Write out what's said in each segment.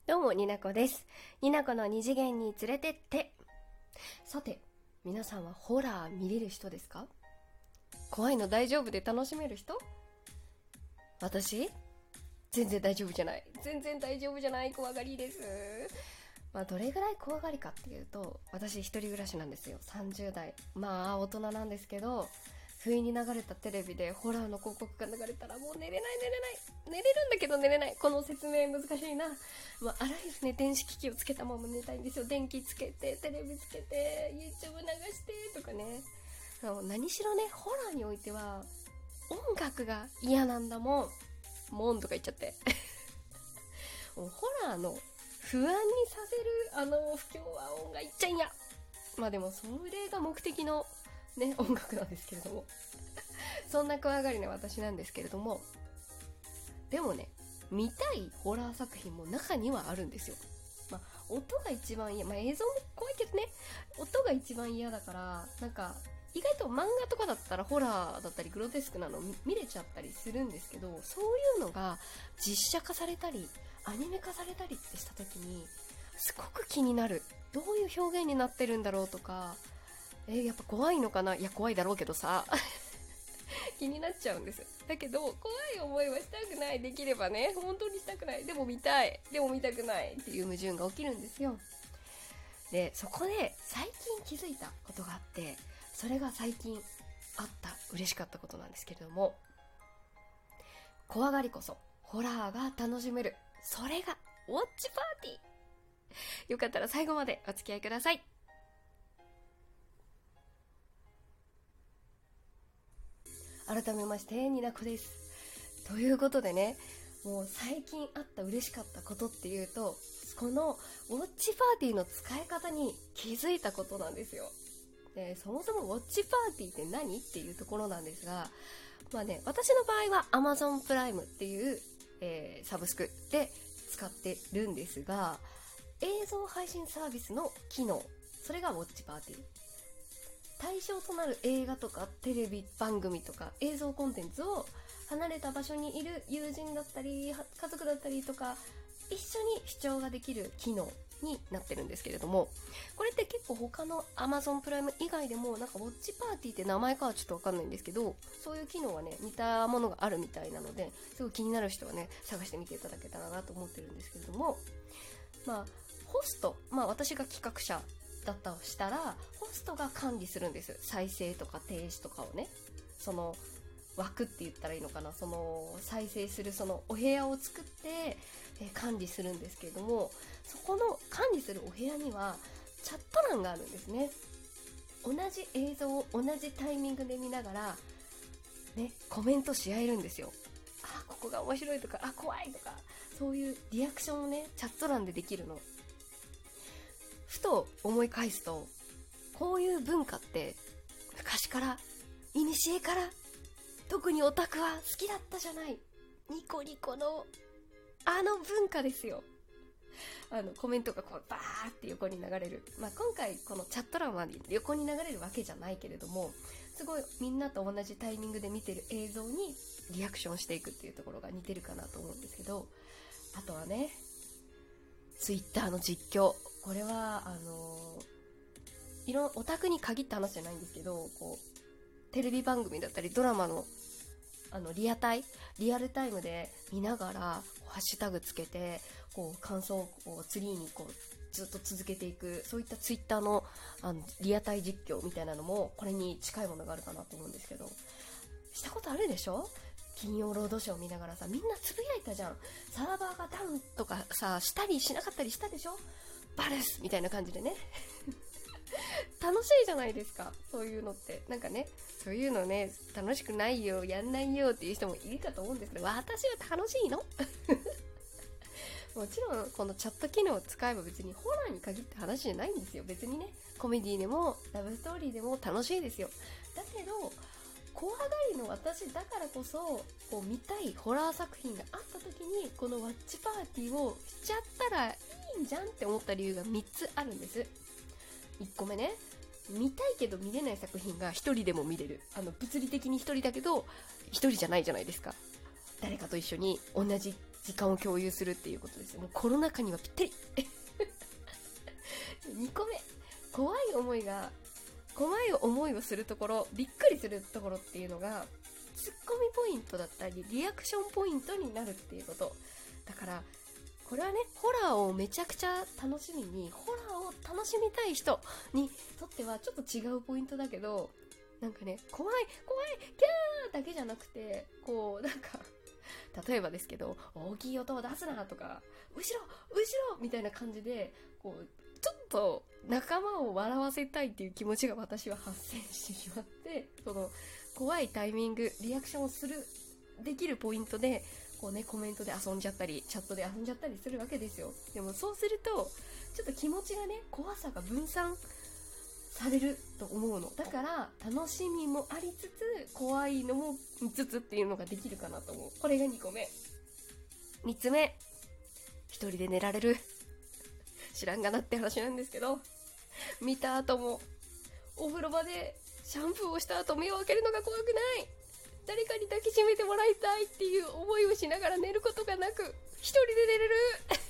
どうも、になこです。になこの二次元に連れてって。さて、皆さんはホラー見れる人ですか？怖いの大丈夫で楽しめる人？私？全然大丈夫じゃない。全然大丈夫じゃない。怖がりです。どれぐらい怖がりかっていうと、私一人暮らしなんですよ。30代。大人なんですけど、不意に流れたテレビでホラーの広告が流れたらもう寝れない。寝れるんだけど寝れない。この説明難しいな。あらゆるね、電子機器をつけたまま寝たいんですよ。電気つけて、テレビつけて、YouTube 流してとかね。何しろね、ホラーにおいては音楽が嫌なんだもん。もんとか言っちゃってもうホラーの不安にさせる不協和音がいっちゃんや。でもそれが目的のね、音楽なんですけれどもそんな怖がりな私なんですけれども、でもね、見たいホラー作品も中にはあるんですよ。音が一番嫌、映像も怖いけどね、音が一番嫌だから、意外と漫画とかだったらホラーだったりグロテスクなの見れちゃったりするんですけど、そういうのが実写化されたりアニメ化されたりってした時にすごく気になる。どういう表現になってるんだろうとか、やっぱ怖いのかな。いや、怖いだろうけどさ気になっちゃうんです。だけど怖い思いはしたくない。できればね、本当にしたくない。でも見たい。でも見たくないっていう矛盾が起きるんですよ。で、そこで最近気づいたことがあって、それが最近あった嬉しかったことなんですけれども、怖がりこそホラーが楽しめる。それがウォッチパーティー。よかったら最後までお付き合いください。改めまして、になこです。ということでね、もう最近あった嬉しかったことっていうと、このウォッチパーティーの使い方に気づいたことなんですよ。で、そもそもウォッチパーティーって何っていうところなんですが、私の場合は Amazon プライムっていう、サブスクで使ってるんですが、映像配信サービスの機能、それがウォッチパーティー。対象となる映画とかテレビ番組とか映像コンテンツを離れた場所にいる友人だったり家族だったりとか一緒に視聴ができる機能になってるんですけれども、これって結構他の Amazon プライム以外でもウォッチパーティーって名前かはちょっとわかんないんですけど、そういう機能はね、似たものがあるみたいなので、すごい気になる人はね、探してみていただけたらなと思ってるんですけれども、ホスト、私が企画者だったとしたら、ホストが管理するんです。再生とか停止とかをね、その枠って言ったらいいのかな、その再生するそのお部屋を作って、管理するんですけれども、そこの管理するお部屋にはチャット欄があるんですね。同じ映像を同じタイミングで見ながらね、コメントし合えるんですよ。ここが面白いとか、怖いとか、そういうリアクションをね、チャット欄でできるの。ふと思い返すと、こういう文化って昔から古から特にオタクは好きだったじゃない。ニコニコの文化ですよ。コメントがこうバーって横に流れる。今回このチャット欄は横に流れるわけじゃないけれども、すごいみんなと同じタイミングで見てる映像にリアクションしていくっていうところが似てるかなと思うんですけど、あとはね、ツイッターの実況。これはオタクに限った話じゃないんですけど、テレビ番組だったりドラマのリアルタイムで見ながらハッシュタグつけて感想をツリーにずっと続けていく、そういったツイッターのリアタイ実況みたいなのもこれに近いものがあるかなと思うんですけど、したことあるでしょ？金曜ロードショーを見ながらさ、みんなつぶやいたじゃん。サーバーがダウンとかさ、したりしなかったりしたでしょ？バルスみたいな感じでね楽しいじゃないですか、そういうのって。そういうのね、楽しくないよ、やんないよっていう人もいるかと思うんですけど、私は楽しいのもちろんこのチャット機能を使えば別にホラーに限った話じゃないんですよ。別にね、コメディでもラブストーリーでも楽しいですよ。だけど怖がりの私だからこそ見たいホラー作品があった時にこのワッチパーティーをしちゃったらいいんじゃんって思った理由が3つあるんです。1個目ね、見たいけど見れない作品が一人でも見れる。物理的に一人だけど一人じゃないじゃないですか。誰かと一緒に同じ時間を共有するっていうことですよ。もうコロナ禍にはぴったり2個目、怖い思いをするところ、びっくりするところっていうのがツッコミポイントだったりリアクションポイントになるっていうこと。だからこれはね、ホラーをめちゃくちゃ楽しみに、ホラーを楽しみたい人にとってはちょっと違うポイントだけど、なんかね、怖いキャーだけじゃなくて、こうなんか例えばですけど、大きい音を出すなとか、後ろみたいな感じで、こうちょっと仲間を笑わせたいっていう気持ちが私は発生してしまって、その怖いタイミング、リアクションをできるポイントでこうね、コメントで遊んじゃったりチャットで遊んじゃったりするわけですよ。でもそうするとちょっと気持ちがね、怖さが分散されると思うの。だから楽しみもありつつ怖いのも見つつっていうのができるかなと思う。これが2個目。3つ目、一人で寝られる。知らんがなって話なんですけど、見た後もお風呂場でシャンプーをした後目を開けるのが怖くない、誰かに抱きしめてもらいたいっていう思いをしながら寝ることがなく、一人で寝れる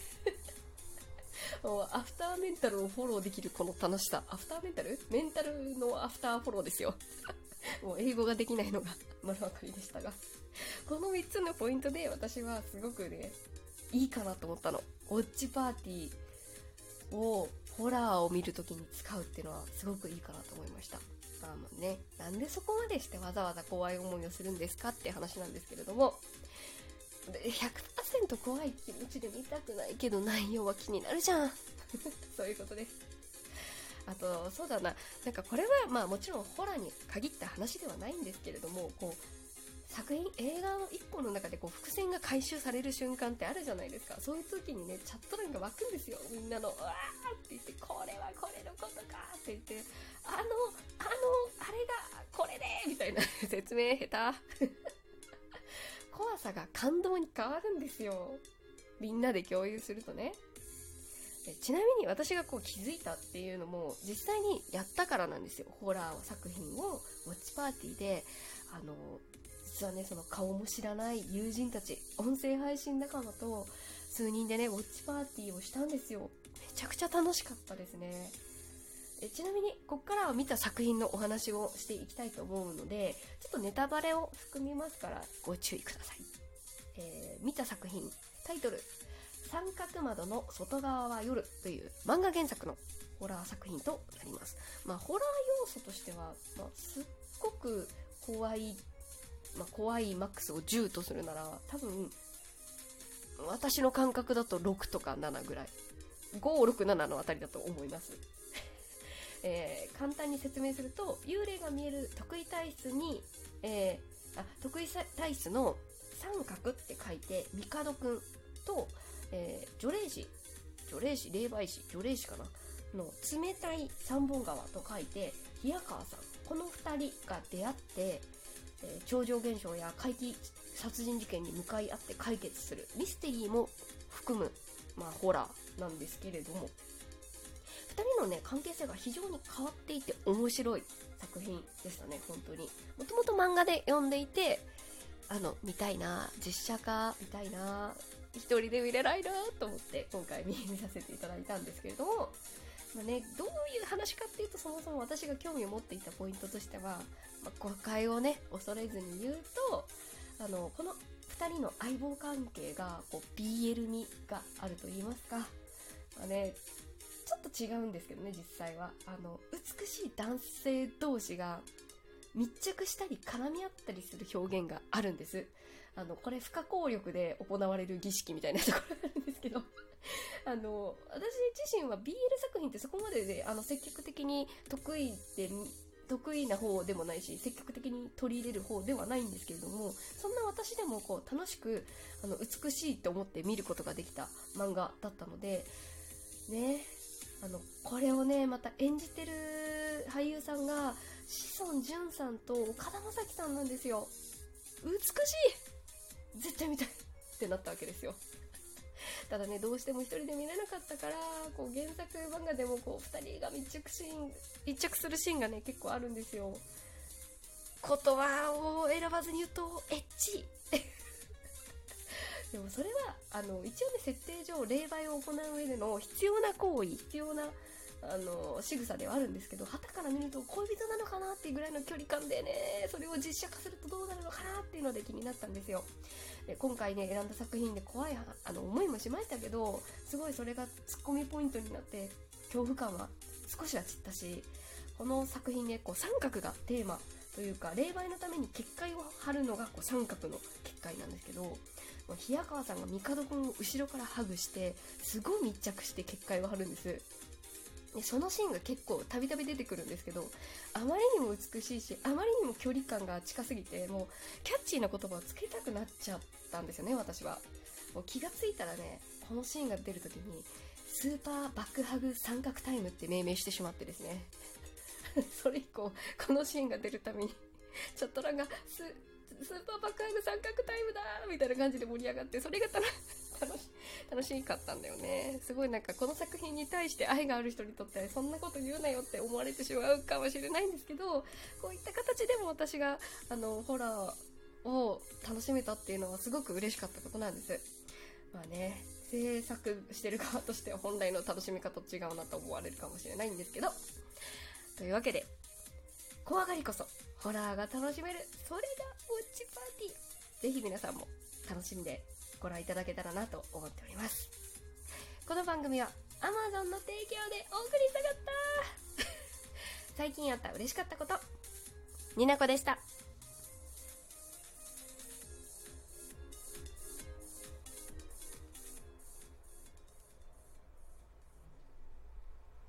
もうアフターメンタルをフォローできるこの楽しさ。アフターメンタルのアフターフォローですよもう英語ができないのが丸分かりでしたが、この3つのポイントで私はすごくね、いいかなと思ったの。ウォッチパーティーをホラーを見るときに使うっていうのはすごくいいかなと思いました。まあね、なんでそこまでしてわざわざ怖い思いをするんですかって話なんですけれども、100% 怖い気持ちで見たくないけど内容は気になるじゃんそういうことです。あとそうだな、なんかこれはまあもちろんホラーに限った話ではないんですけれども、こう映画の一本の中でこう伏線が回収される瞬間ってあるじゃないですか。そういう時にね、チャット欄が湧くんですよ。みんなのうわーって言って、これはこれのことかって言って、あれがこれでみたいな説明下手怖さが感動に変わるんですよ、みんなで共有するとね。ちなみに私がこう気づいたっていうのも実際にやったからなんですよ。ホラー作品をウォッチパーティーで実はね、その顔も知らない友人たち、音声配信仲間と数人でね、ウォッチパーティーをしたんですよ。めちゃくちゃ楽しかったですね。ちなみにここからは見た作品のお話をしていきたいと思うので、ちょっとネタバレを含みますからご注意ください。見た作品、タイトル、三角窓の外側は夜という漫画原作のホラー作品となります。まあホラー要素としては、すっごく怖いマックスを10とするなら、多分私の感覚だと6とか7ぐらい、5、6、7のあたりだと思います簡単に説明すると、幽霊が見える特異体質に、特異体質の三角って書いて帝くんと、霊媒師かなの冷たい三本川と書いて平川さん、この2人が出会って、超常現象や怪奇殺人事件に向かい合って解決するミステリーも含む、ホラーなんですけれども、2人のね関係性が非常に変わっていて面白い作品でしたね。本当にもともと漫画で読んでいて、見たいな、実写化見たいな、一人で見れないなと思って今回見させていただいたんですけれども、どういう話かっていうと、そもそも私が興味を持っていたポイントとしては、誤解をね恐れずに言うと、この2人の相棒関係がこう BL 味があると言いますか、ちょっと違うんですけどね、実際は美しい男性同士が密着したり絡み合ったりする表現があるんです。これ不可抗力で行われる儀式みたいなところがあるんですけど私自身は BL 作品ってそこまでで、積極的に得意な方でもないし、積極的に取り入れる方ではないんですけれども、そんな私でもこう楽しく美しいと思って見ることができた漫画だったのでね、これをねまた演じてる俳優さんが志尊淳さんと岡田将生さんなんですよ。美しい、絶対見たいってなったわけですよ。ただね、どうしても一人で見れなかったから、こう原作漫画でもこう2人が密着するシーンがね結構あるんですよ。言葉を選ばずに言うとエッチでもそれは一応ね、設定上霊媒を行う上での必要な行為、必要な仕草ではあるんですけど、傍から見ると恋人なのかなっていうぐらいの距離感でね、それを実写化するとどうなるのかなっていうので気になったんですよ。で今回ね選んだ作品で怖い思いもしましたけど、すごいそれがツッコミポイントになって恐怖感は少しは散ったし、この作品ね、こう三角がテーマというか、霊媒のために結界を張るのがこう三角の結界なんですけど、平川さんが帝君を後ろからハグしてすごい密着して結界を張るんです。でそのシーンが結構たびたび出てくるんですけど、あまりにも美しいし、あまりにも距離感が近すぎて、もうキャッチーな言葉をつけたくなっちゃったんですよね、私は。もう気がついたらね、このシーンが出るときにスーパーバックハグ三角タイムって命名してしまってですねそれ以降このシーンが出るたびにチャット欄がスーパーバックハグ三角タイムだーみたいな感じで盛り上がって、それが楽しかったんだよね。すごいなんかこの作品に対して愛がある人にとってはそんなこと言うなよって思われてしまうかもしれないんですけど、こういった形でも私がホラーを楽しめたっていうのはすごく嬉しかったことなんです。まあね、制作してる側としては本来の楽しみ方と違うなと思われるかもしれないんですけど、というわけで怖がりこそホラーが楽しめる、それがウォッチパーティー。ぜひ皆さんも楽しんでご覧いただけたらなと思っております。この番組は Amazon の提供でお送りしたかった最近あった嬉しかったこと、になこでした。